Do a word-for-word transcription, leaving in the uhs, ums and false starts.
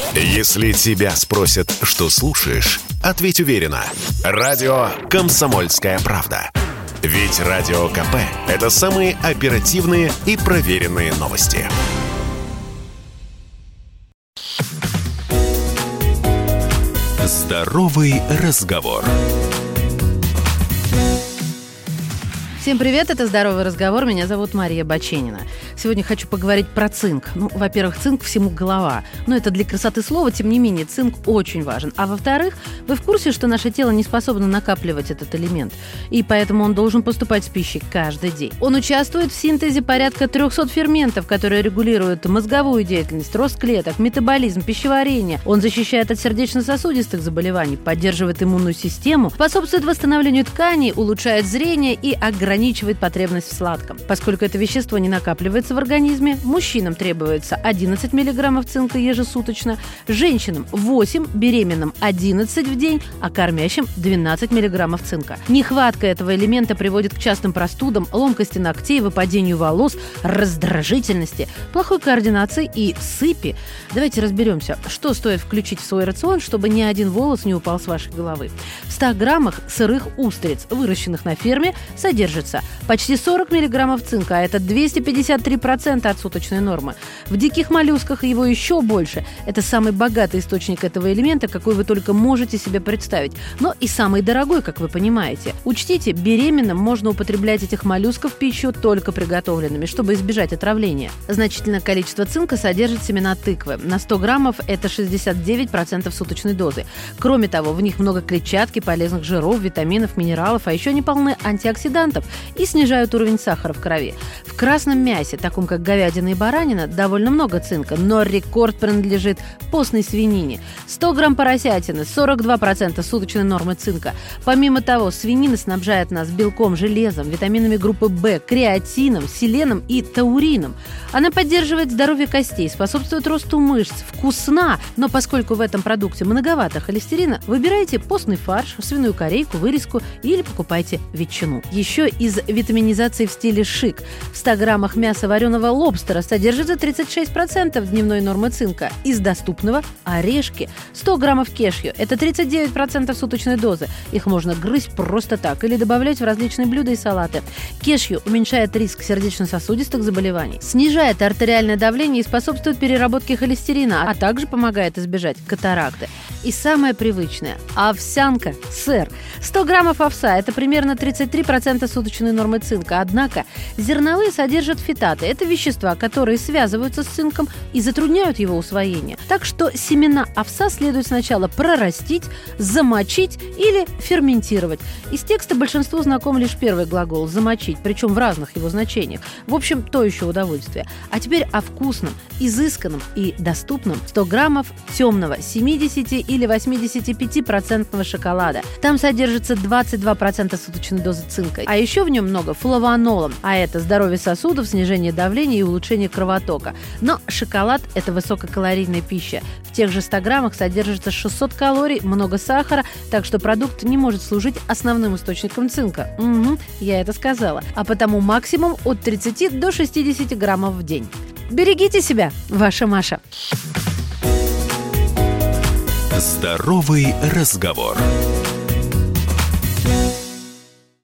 Если тебя спросят, что слушаешь, ответь уверенно. Радио «Комсомольская правда». Ведь Радио КП – это самые оперативные и проверенные новости. Здоровый разговор. Всем привет, это «Здоровый разговор», меня зовут Мария Баченина. Сегодня хочу поговорить про цинк. Ну, во-первых, цинк всему голова. Но это для красоты слова, тем не менее, цинк очень важен. А во-вторых, вы в курсе, что наше тело не способно накапливать этот элемент? И поэтому он должен поступать с пищей каждый день. Он участвует в синтезе порядка триста ферментов, которые регулируют мозговую деятельность, рост клеток, метаболизм, пищеварение. Он защищает от сердечно-сосудистых заболеваний, поддерживает иммунную систему, способствует восстановлению тканей, улучшает зрение и ограничивает потребность в сладком. Поскольку это вещество не накапливается в организме, мужчинам требуется одиннадцать миллиграммов цинка ежесуточно, женщинам восемь, беременным одиннадцать в день, а кормящим двенадцать миллиграммов цинка. Нехватка этого элемента приводит к частым простудам, ломкости ногтей, выпадению волос, раздражительности, плохой координации и сыпи. Давайте разберемся, что стоит включить в свой рацион, чтобы ни один волос не упал с вашей головы. В ста граммах сырых устриц, выращенных на ферме, содержится почти сорок миллиграммов цинка, а это двести пятьдесят три процента от суточной нормы. В диких моллюсках его еще больше. Это самый богатый источник этого элемента, какой вы только можете себе представить. Но и самый дорогой, как вы понимаете. Учтите, беременным можно употреблять этих моллюсков в пищу только приготовленными, чтобы избежать отравления. Значительное количество цинка содержит семена тыквы. На сто граммов это шестьдесят девять процентов суточной дозы. Кроме того, в них много клетчатки, полезных жиров, витаминов, минералов, а еще они полны антиоксидантов и снижают уровень сахара в крови. В красном мясе, таком как говядина и баранина, довольно много цинка, но рекорд принадлежит постной свинине. сто грамм поросятины, сорок два процента суточной нормы цинка. Помимо того, свинина снабжает нас белком, железом, витаминами группы В, креатином, селеном и таурином. Она поддерживает здоровье костей, способствует росту мышц, вкусна, но поскольку в этом продукте многовато холестерина, выбирайте постный фарш, свиную корейку, вырезку или покупайте ветчину. Еще из витаминизации в стиле шик. В ста граммах мяса вареного лобстера содержится тридцать шесть процентов дневной нормы цинка. Из доступного – орешки. сто граммов кешью – это тридцать девять процентов суточной дозы. Их можно грызть просто так или добавлять в различные блюда и салаты. Кешью уменьшает риск сердечно-сосудистых заболеваний, снижает артериальное давление и способствует переработке холестерина, а также помогает избежать катаракты. И самое привычное – овсянка, сыр. сто граммов овса – это примерно тридцать три процента суточной нормы цинка. Однако зерновые содержат фитаты. Это вещества, которые связываются с цинком и затрудняют его усвоение. Так что семена овса следует сначала прорастить, замочить или ферментировать. Из текста большинству знаком лишь первый глагол «замочить», причем в разных его значениях. В общем, то еще удовольствие. А теперь о вкусном, изысканном и доступном. сто граммов темного семьдесят или восемьдесят пять процентов шоколада. Там содержится двадцать два процента суточной дозы цинка. А еще в нем много флавонола, а это здоровье сосудов, снижение давления и улучшение кровотока. Но шоколад – это высококалорийная пища. В тех же ста граммах содержится шестьсот калорий, много сахара, так что продукт не может служить основным источником цинка. Угу, я это сказала. А потому максимум от тридцати до шестидесяти граммов в день. Берегите себя, ваша Маша. Здоровый разговор.